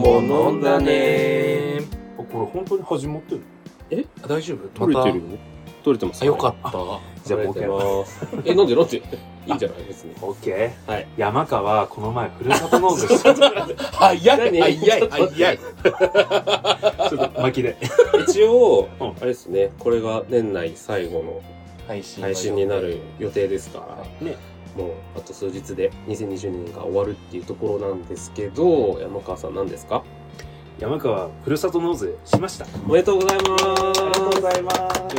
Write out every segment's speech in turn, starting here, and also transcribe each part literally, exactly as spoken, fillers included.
も飲んだね。 これ本当に始まってるの？ え大丈夫？ 撮れてるの？撮れてます。 あ、よかった。 じゃあ僕やえ、なんでなんでいいんじゃない別に。 オッケー。 はい。 山川この前ふるさと納税した。 早い早い早い。ちょっと巻きで。 一応、あれですね、これが年内最後の配信配信になる予定ですから、 ね。 もうあと数日でにせんにじゅうねんが終わるっていうところなんですけど、山川さん何ですか？ 山川ふるさと納税しました。 おめでとうございます。 ありがとうございます。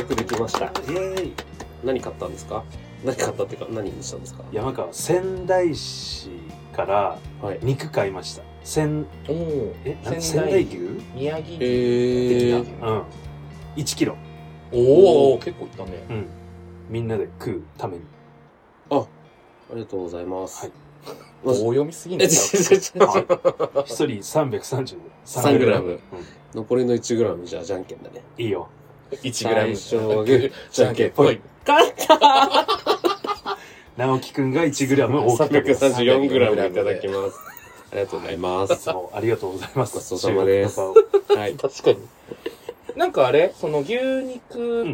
よくできました。 イエーイ。 何買ったんですか？何買ったっていうか何にしたんですか？ 山川仙台市から肉買いました。仙おお。 え仙台牛？ 宮城牛。 えうん。いちキロ。 おお、結構いったね。 うん。みんなで食うために。 あ、ありがとうございます。はい。 大読みすぎんですか？一人さんびゃくさんじゅうさんグラム。 残りのいちグラムじゃあじゃんけんだね。 いいよ。 いちグラム。 最初はグー、じゃんけんぽい。勝った直樹くんがいちグラム大きく。 さんびゃくさんじゅうよんグラムいただきます。ありがとうございます。 ありがとうございます。 ごちそうさまです。はい。 確かに。なんかあれその牛肉って、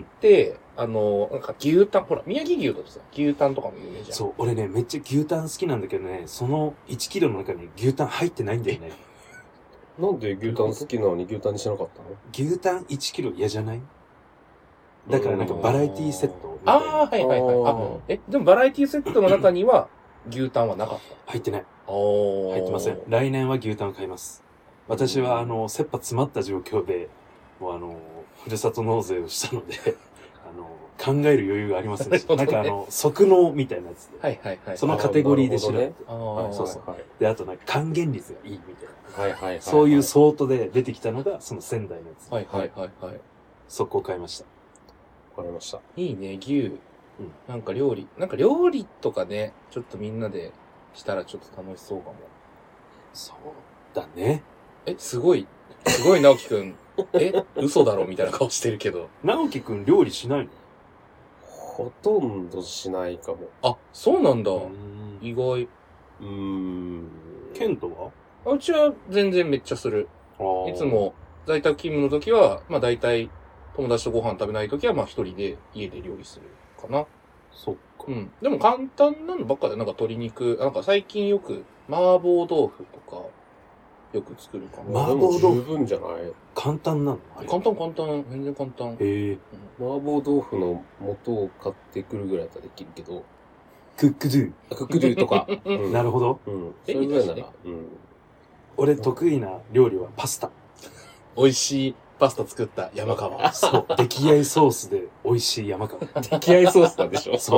あの、なんか牛タン、ほら、宮城牛だとさ、牛タンとかも有名じゃん。 そう、俺ね、めっちゃ牛タン好きなんだけどね、そのいちキロの中に牛タン入ってないんだよね。 なんで牛タン好きなのに牛タンにしなかったの？ 牛タンいちキロ嫌じゃない？だからなんかバラエティセットみたいな。 ああ、はいはいはい。あ、え、でもバラエティセットの中には牛タンはなかった？ 入ってない。 お入ってません。来年は牛タンを買います。私はあの、切羽詰まった状況で、もうあの、ふるさと納税をしたので、あの、考える余裕がありませんでした。なんかあの、即納みたいなやつで。 はいはいはい。 そのカテゴリーで調べて。 ああ、 そうそう。で、あとなんか還元率がいいみたいな。 はいはいはい。 そういうソートで出てきたのが、その仙台のやつ。 はいはいはいはい。 速攻買いました。 わかりました。 いいね、牛。うん。なんか料理。なんか料理とかね、ちょっとみんなでしたらちょっと楽しそうかも。 そうだね。 え、すごい、すごい直樹くん。え、嘘だろみたいな顔してるけど。 直樹くん料理しないの？ ほとんどしないかも。 あ、そうなんだ。意外。 うーん。 ケントは？ うちは全然めっちゃする。いつも在宅勤務の時は、まあ大体友達とご飯食べない時はまあ一人で家で料理するかな。 そっか。 うん。でも簡単なのばっかで、なんか鶏肉、なんか最近よく麻婆豆腐とかよく作るかな。 麻婆豆腐十分じゃない？ 簡単なの？ 簡単簡単。全然簡単。 へえ、うん。 麻婆豆腐の素を買ってくるぐらいだったらできるけど。 クックドゥ。 クックドゥとか。 うん、なるほど。 うん。それぐらいなら。うん。 俺得意な料理はパスタ。 美味しいパスタ作った山川。 そう。出来合いソースで美味しい山川。 出来合いソースなんでしょ？ そう。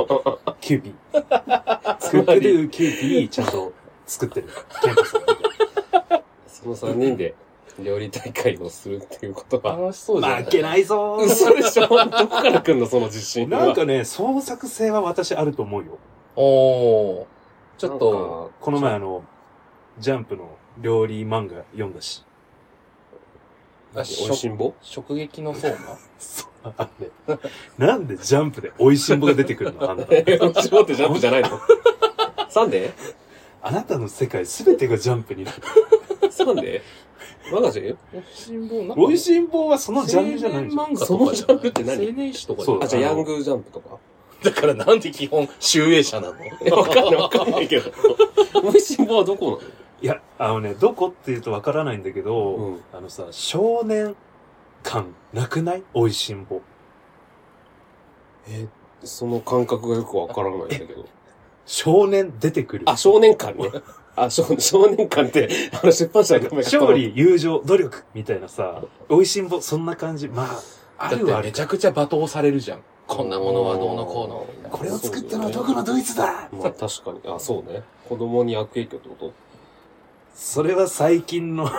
キューピー。クックドゥキューピーちゃんと作ってる。ケントさん。 そのさんにんで料理大会をするっていうことは。 楽しそうじゃん。 負けないぞー。 嘘でしょ？どこから来んのその自信。 なんかね、創作性は私あると思うよ。 おー。ちょっと、 この前あの、ジャンプの料理漫画読んだし。 美味しんぼ？ 食撃の相馬？ そう。あれ。なんでジャンプで美味しんぼが出てくるのあんた。 美味しんぼってジャンプじゃないの？サンデー？ あなたの世界すべてがジャンプになる。 サンデー？マガジン？ 美味しんぼ、 美味しんぼはそのジャンルじゃないじゃん。 漫画そのジャンルって何？ 青年誌とかそう。 あ、じゃあヤングジャンプとか？ だからなんで基本、集英社なの？ わかんないわかんないけど。美味しんぼはどこなの？ いや、あのね、どこって言うとわからないんだけど、うん、あのさ、少年感なくない？美味しんぼ。 え、その感覚がよくわからないんだけど。 少年出てくる。 あ、少年感ね。あ、少年感って、あの出版社が勝利、友情、努力みたいなさ、美味しんぼ、そんな感じ。まあ、あるわ。 めちゃくちゃ罵倒されるじゃん。こんなものはどうのこうの。 これを作ったのはどこのドイツだ！ まあ確かに。あ、そうね。子供に悪影響ってこと？ それは最近の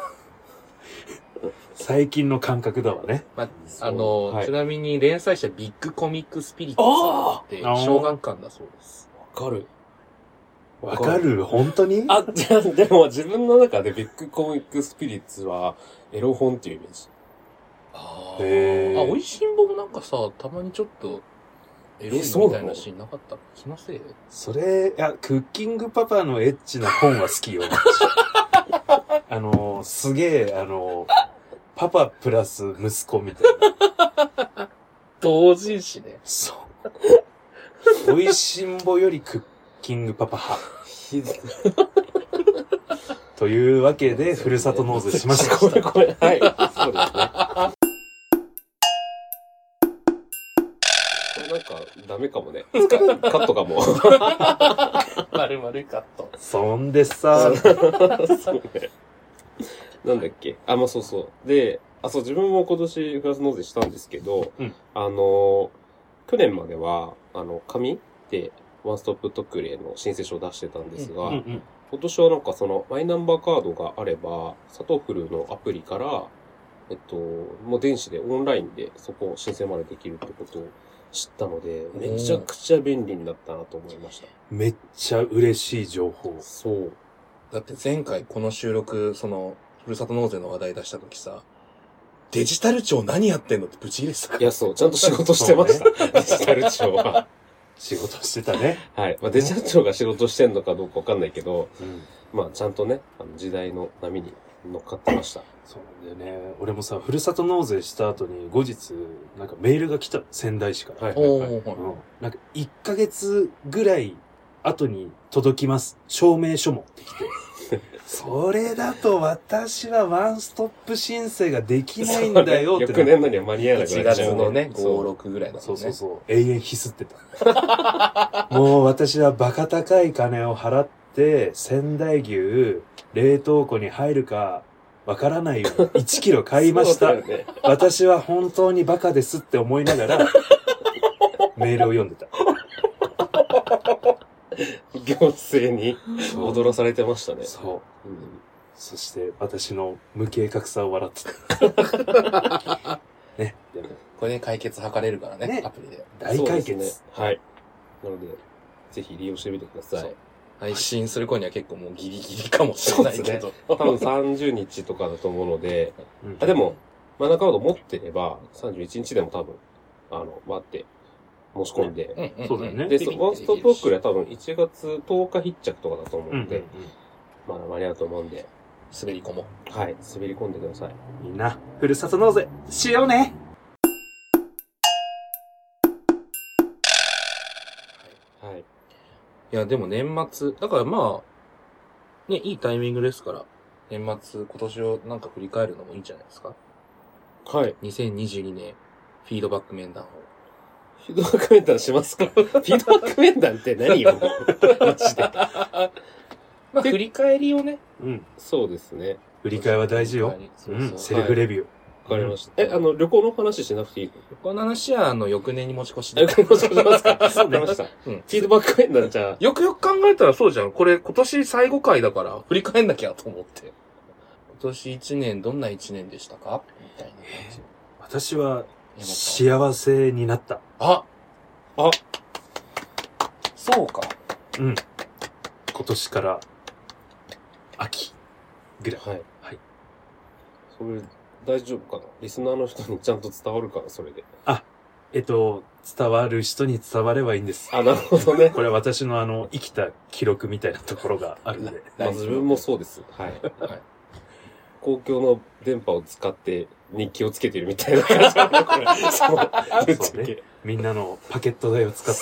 最近の感覚だわね。 まあ、あの、はい、ちなみに連載者ビッグコミックスピリッツって小学館だそうです。 わかる。 わかる？本当に？ あ、じゃあ、でも自分の中でビッグコミックスピリッツはエロ本っていうイメージ。 あー。あ、美味しんぼもなんかさ、たまにちょっとエロいみたいなシーンなかった気のせい？ それ、いや、クッキングパパのエッチな本は好きよ。ああのー、すげえ、あのー、パパプラス息子みたいな。 同人誌ね。 そう。美味しんぼよりクッキングパパ派。というわけで、ふるさと納税しました。 ごめんごめん。はい。そうですね。これなんか、ダメかもね。カットかも。 丸々カット。 そんでさ、 そうね。なんだっけ。あ、まあ、そうそう。で、あ、そう、自分も今年フランス納税したんですけど、 うん、 あの、去年までは、あの、紙でワンストップ特例の申請書を出してたんですが、 うんうん、 今年はなんかそのマイナンバーカードがあれば、サトフルのアプリから、えっと、もう電子でオンラインでそこを申請までできるってことを知ったので、めちゃくちゃ便利になったなと思いました。 めっちゃ嬉しい情報。 そう。 だって前回この収録、その、ふるさと納税の話題出した時さ、デジタル庁何やってんのってブチ切れてたから。 いや、そう、ちゃんと仕事してました。ね、デジタル庁は。 仕事してたね。 はい。まあ、デジタル庁が仕事してんのかどうかわかんないけど、 うん、 まあ、ちゃんとね、あの時代の波に乗っかってました。 そうなんだよね。俺もさ、ふるさと納税した後に後日、なんかメールが来た。仙台市から。 はいはいはい。 おー、はい。 うん、なんかいっかげつぐらい後に届きます。証明書もってきて。それだと私はワンストップ申請ができないんだよって。 翌年のには間に合わなくなっちゃう。 いちがつのね、ご、ろくぐらいだもんね。 そうそうそう。永遠ひすってた。もう私はバカ高い金を払って、仙台牛、冷凍庫に入るか、わからないようにいちキロ買いました。ね、私は本当にバカですって思いながら、メールを読んでた。 行政に踊らされてましたね。 そう。うん、そして私の無計画さを笑ってた。ね。でもこれで解決図れるからね、ね、アプリで。 大解決、 ね。はい。なので、ぜひ利用してみてください。 配信する頃には結構もうギリギリかもしれないけど。ね、 多分さんじゅうにちとかだと思うので、うん、あでも、マナカード持ってれば、さんじゅういちにちでも多分、あの、待って、申し込んで。 うん、そうだよね。 で、ワンストップオックルは多分いちがつとおか必着とかだと思うんで、うんうんうん、まだ間に合うと思うんで、 滑り込もう。はい、滑り込んでください。 みんな、ふるさと納税、しようね。 はい。はい。いや、でも年末、だからまあ、ね、いいタイミングですから、年末、今年をなんか振り返るのもいいんじゃないですか。 はい。 にせんにじゅうにねん、フィードバック面談を。 フィードバック面談しますか？フィードバック面談って何よマジで。 まあ、振り返りをね。 うん。そうですね。 振り返りは大事よ。そうそう、うん。セルフレビュー。 わ、はい、かりました。え、あの、旅行の話しなくていいの？ 旅行の話は、あの、翌年に持ち越しで。 翌年持ち越しますか？そうね。わかりました。うん。フィードバック面談じゃあ。 よくよく考えたらそうじゃん。これ、今年最後回だから、振り返んなきゃと思って。今年一年、どんな一年でしたかみたいな感じ。 私は、幸せになった。 ああそうか。 うん。今年から、秋ぐらい。 はい。はい。それ、大丈夫かな？リスナーの人にちゃんと伝わるかな、それで。 あ、えっと、伝わる人に伝わればいいんです。 あ、なるほどね。 これ私のあの、生きた記録みたいなところがあるんで。 まあ自分もそうです。はい。はい。公共の電波を使って日記をつけてるみたいな感じだね、これ。そう。 そうね。みんなのパケット代を使って。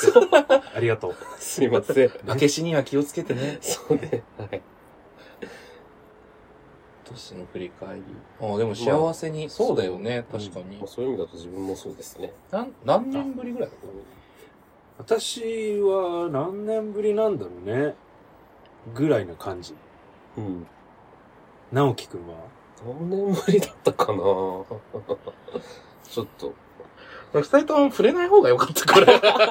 ありがとう。 すいません。 負けしには気をつけてね。 そうね。はい。 年の振り返り。ああ、でも幸せに、まあ、そうだよね、確かに、 うん。そういう意味だと自分もそうですね。 なん、何年ぶりぐらいだろう？ 私は何年ぶりなんだろうね。ぐらいな感じ。 うん。 直樹くんは何年ぶりだったかなちょっと。 二人とも触れない方がよかった、これ。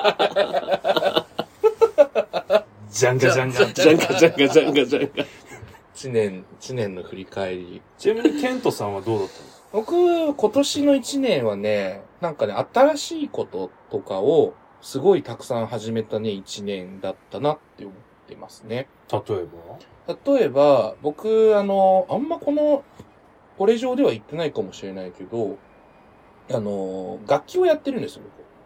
ジャンガジャンガ。 ジャンガジャンガジャンガジャンガ。 一年、一年の振り返り。 ちなみにケントさんはどうだったの？ 僕、今年の一年はね、なんかね、新しいこととかを、すごいたくさん始めたね、一年だったなって思ってますね。 例えば例えば、僕、あの、あんまこの、これ上では言ってないかもしれないけど、あの、楽器をやってるんですよ、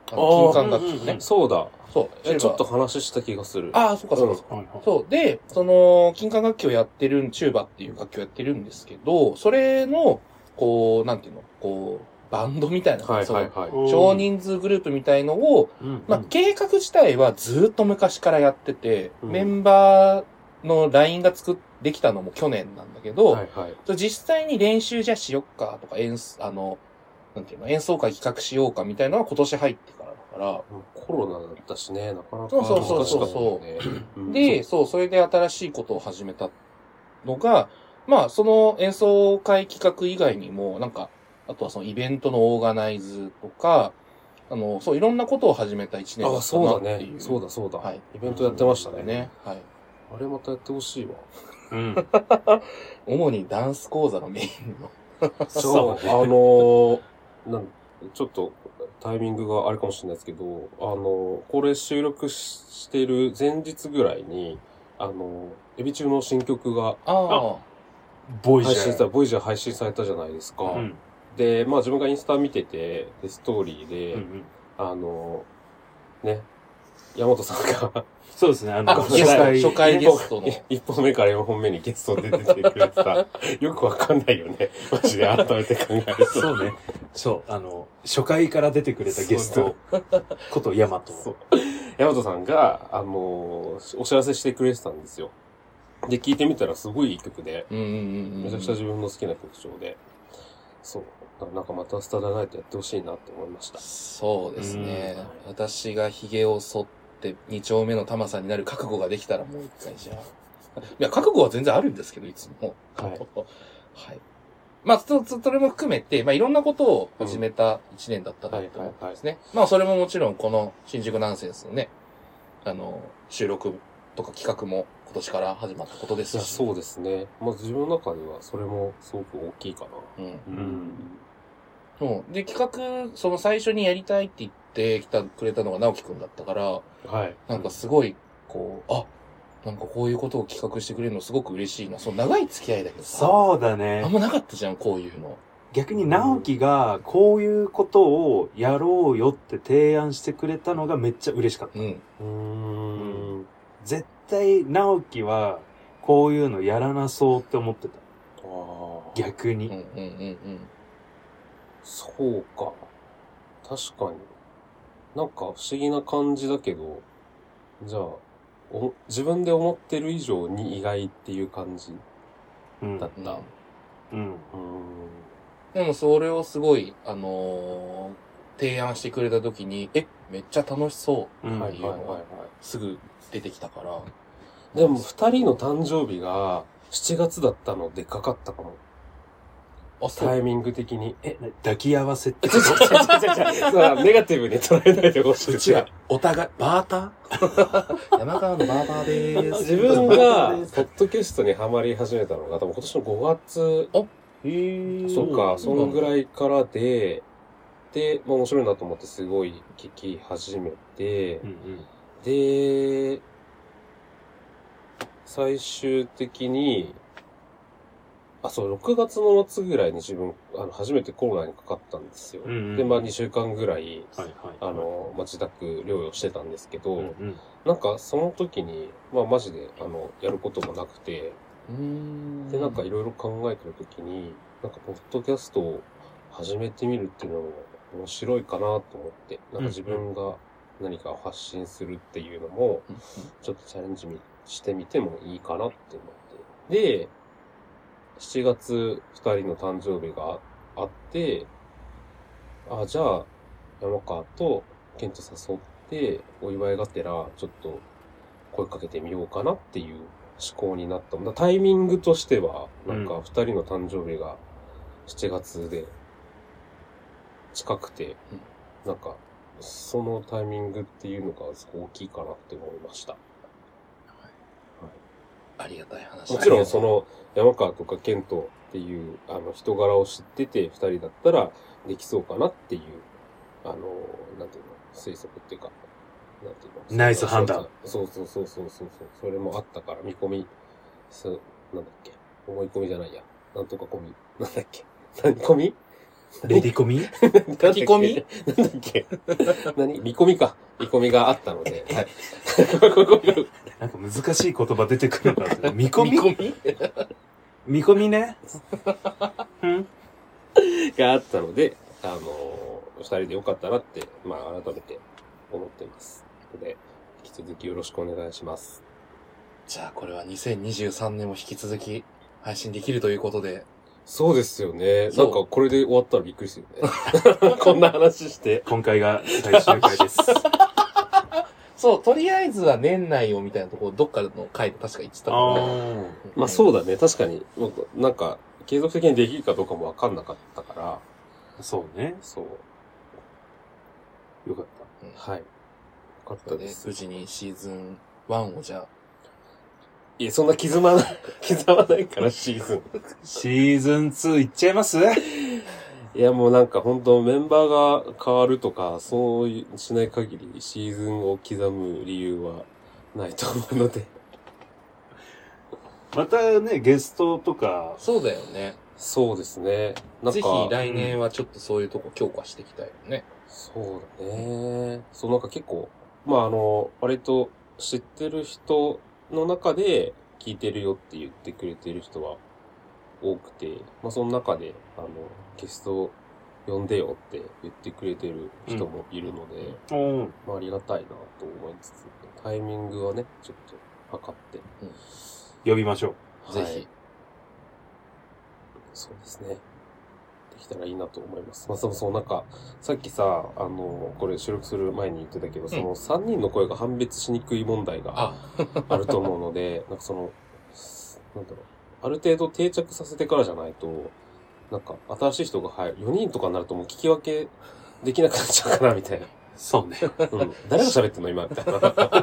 あの金管楽器のねうんうんうん。 そうだ。 そう。 え、ちょっと話した気がする。 ああ、そっかそっかそっか。 はいはいそう。で、その、金管楽器をやってる、チューバっていう楽器をやってるんですけど、それの、こう、なんていうのこう、バンドみたいな。 はいはいそはい。 の少人数グループみたいのを、 うんまあ、計画自体はずっと昔からやってて、 うんメンバーのラインが作っ、できたのも去年なんだけど、 はいはい。 実際に練習じゃしよっかとか演奏、あの、なんていうの、演奏会企画しようかみたいなのは今年入ってからだから、 コロナだったしね、なかなかそうそうそうそう難しかったよね。うんで、そう、それで新しいことを始めたのが、まあ、その演奏会企画以外にも、なんか、あとはそのイベントのオーガナイズとか、あの、そう、いろんなことを始めた一年だあ、 ったそうだなっていう。 ね。そうだそうだ。 はい。 イベントやってましたね。 ね。はい。 あれまたやってほしいわ。 うん。 主にダンス講座のメインの。 そう、 そうねあのー、なんちょっとタイミングがあれかもしれないですけど、あのー、これ収録ししてる前日ぐらいに、あのー、エビ中の新曲があボイジャー。 配信され、ボイジャー配信されたじゃないですか。 うん。 で、まあ自分がインスタ見てて、でストーリーで、 うんうん。 あのー、ね、山本さんがそうですね、ああ。 の、 あ、ゲスト、初回ゲストの。 一本目から四本目にゲストで出てくれてさ、よくわかんないよね。マジで改めて考えると。 そうね。そう、あの、初回から出てくれたゲストことヤマト。 そう。ヤマトさんが、あのーお知らせしてくれてたんですよ。で、聞いてみたらすごいいい曲で、 うんうんうんうん。 めちゃくちゃ自分の好きな曲調で、そう。だからなんかまたスタダナイトやってほしいなって思いました。 そうですね。私が髭を剃って二丁目の玉さんになる覚悟ができたらもう一回じゃあ。いや、覚悟は全然あるんですけど、いつも。 はいはい。まあ、そ、そそれも含めて、まあ、いろんなことを始めた一年だったなと思ってますね。まあ、それももちろんこの新宿ナンセンスのね、あの、収録とか企画も今年から始まったことですいや、 し。 そうですね。まず自分の中ではそれもすごく大きいかな。 うん。 うん。 そう。で、企画、その最初にやりたいって言ってきた、くれたのが直樹くんだったから、 はい。 なんかすごい、こう、あ、なんかこういうことを企画してくれるのすごく嬉しいな。その長い付き合いだけどさ。 そうだあんね。 まなかったじゃん、こういうの。 逆に直樹がこういうことをやろうよって提案してくれたのがめっちゃ嬉しかった。 うん。 うーん。 絶対直樹はこういうのやらなそうって思ってた。 ああ。 逆に。 うんうんうんうん。 そうか。確かに。なんか不思議な感じだけど、じゃあ、お自分で思ってる以上に意外っていう感じうんだった。ううん。 ーん。 でもそれをすごい、あのー提案してくれた時に、え、めっちゃ楽しそううん。 はいはいはいはい。 すぐ出てきたから。 でも二人の誕生日がしちがつだったのでかかったかも。 あ、そう。 タイミング的に。 え、抱き合わせって違う違う違う違うそうネガティブに捉えないでほしい。 違う。お互い、バーター山川のバーバーでーす。 自分が、ポッドキャストにハマり始めたのが、多分今年のごがつ、 へーそっか、そのぐい。 らいからで、で、まあ面白いなと思ってすごい聞き始めてう、んうん。 で、最終的に、あ、そう、ろくがつの末ぐらいに自分、あの、初めてコロナにかかったんですよ。 うんうんで、まあにしゅうかんぐらい、 はいはい。 あの、まあ、自宅療養してたんですけど、 うんうん。 なんかその時に、まあマジで、あの、やることもなくて、 うーん。 で、なんかいろいろ考えてる時に、なんかポッドキャストを始めてみるっていうのも面白いかなと思って、なんか自分が何かを発信するっていうのも、 うんうんちょっとチャレンジしてみてもいいかなって思って。で、しちがつふたりの誕生日があって、あ、じゃあ、山川とケント誘って、お祝いがてら、ちょっと声かけてみようかなっていう思考になったもんだ。タイミングとしては、なんかふたりの誕生日がしちがつで近くて、なんか、そのタイミングっていうのがすごい大きいかなって思いました。 ありがたい話。 もちろんその山川とかケントっていうあの人柄を知ってて二人だったらできそうかなっていう、あの、なんていうの、推測っていうか、なんていうの。 ナイス判断。 そうそうそうそうそうそう。それもあったから見込み、そう、なんだっけ。思い込みじゃないや。なんとか込み。なんだっけ。何込みレディコミ書き込みなんだっけ何見込みか。見込みがあったので、はい。 なんか難しい言葉出てくるのかな。見込み見込み見込みね。うんがあったので、あのー、二人でよかったなって、まあ改めて思っています。ので、引き続きよろしくお願いします。 じゃあこれはにせんにじゅうさんねんも引き続き配信できるということで。 そうですよね。なんかこれで終わったらびっくりするよね。こんな話して。 今回が最終回です。 そう、とりあえずは年内をみたいなところ、どっかの回で確か言ってたもんね。 まあそうだね。確かに、なんか、継続的にできるかどうかもわかんなかったから。 そうね。 そう。 よかった。 うん、はい。よかったです。 無事にシーズンワンをじゃあ。 いや、そんな刻まない、刻まないからシーズン。 シーズンツーいっちゃいますいや、もうなんか本当メンバーが変わるとか、そうしない限りシーズンを刻む理由はないと思うので。 またね、ゲストとか。 そうだよね。 そうですね。 なんかぜひ来年はちょっとそういうとこ強化していきたいよね。 そうだね。そうなんか結構、まああの、割と知ってる人の中で聞いてるよって言ってくれてる人は多くて、まあその中で、あの、ゲスト呼んでよって言ってくれてる人もいるので、 うん、 まあありがたいなと思いつつ、タイミングはね、ちょっと測って、 うん、呼びましょう。はい、ぜひ。 そうですね。できたらいいなと思います。まあ、そうそう、なんか、さっきさ、あの、これ収録する前に言ってたけど、うん、そのさんにんの声が判別しにくい問題があると思うので、なんかその、なんだろう、ある程度定着させてからじゃないと、なんか、新しい人が入る、よにんとかになるともう聞き分けできなくなっちゃうかな、みたいな。 そうね。 うん。誰が喋ってんの今みたいな。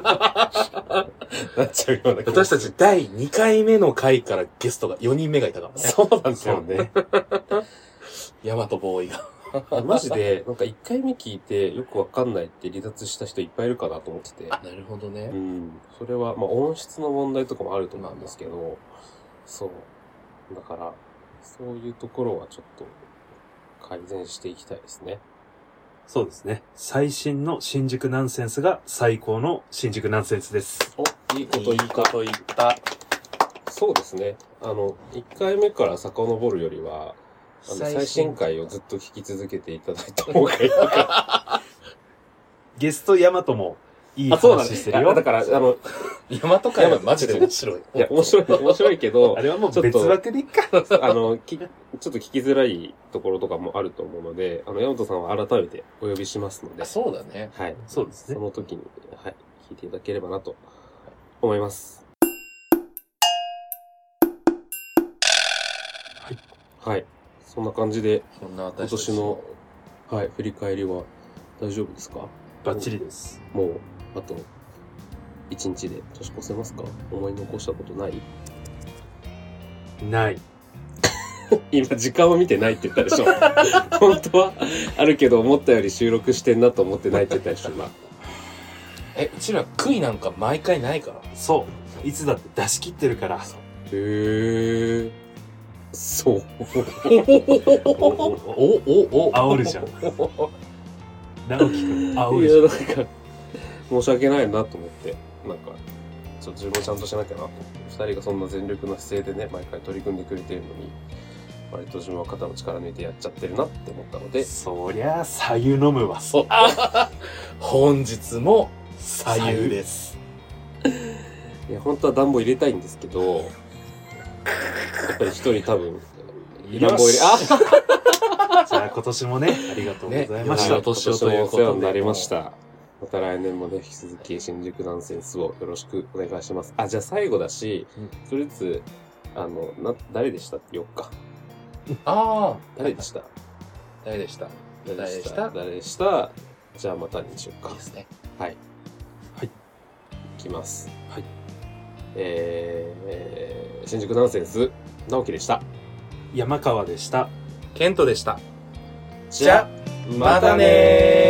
なっちゃうような。 私たちだいにかいめの回からゲストがよにんめがいたからね。 そうなんですよね。 ヤマトボーイが。 マジで、なんかいっかいめ聞いてよくわかんないって離脱した人いっぱいいるかなと思ってて。 あ、なるほどね。 うん。それは、まあ音質の問題とかもあると思うんですけど、まあまあそう。だから、そういうところはちょっと改善していきたいですね。 そうですね。最新の新宿ナンセンスが最高の新宿ナンセンスです。 お、いいこと言った。いいこと言った。 そうですね。あの、いっかいめから遡るよりは、あの最新回をずっと聞き続けていただいた方がいいか。 ゲストヤマトもいい話してるよ。 だから、あの、 ヤマト回はマジで面白い。 いや、面白い、面白いけど、 あれはもう別枠でいいか。 あの、き、ちょっと聞きづらいところとかもあると思うので、あの、ヤマトさんは改めてお呼びしますので。 そうだね。 はい。 そうですね。 その時に、はい、聞いていただければなと思います。 はい。 はい。そんな感じで、 そんな今年の、はい、振り返りは大丈夫ですか？ バッチリです。 もう、あと、一日で年越せますか？思い残したことない？ ない。 今、時間を見てないって言ったでしょ。本当はあるけど、思ったより収録してんなと思ってないって言ったでしょ、今。 え、うちら悔いなんか毎回ないから。 そう。いつだって出し切ってるから。 へー。そう。 お、お、お、 煽るじゃん。直樹くん、煽るじゃん。 いや、なんか、申し訳ないなと思って、なんか、ちょっと自分もちゃんとしなきゃなと思って、二人がそんな全力な姿勢でね、毎回取り組んでくれてるのに、割と自分は肩の力抜いてやっちゃってるなって思ったので。 そりゃあ、左右飲むわ。 そう。本日も左右です。 いや、本当は暖房入れたいんですけど、やっぱり一人多分、暖房入れ、あじゃあ今年もね、ありがとうございました。 ね、今年もお世話になりました。また来年もね、引き続き新宿ナンセンスをよろしくお願いします。あ、じゃあ最後だし、うん、とりあえず、あの、な、誰でしたってよっか。 ああ。 誰でした、 誰でした誰でした誰でしたじゃあまたにしようか。 いいですね。 はい。 はい。 いきます。 はい。 えー、新宿ナンセンス、直樹でした。 山川でした。 ケントでした。 じゃ、またねー。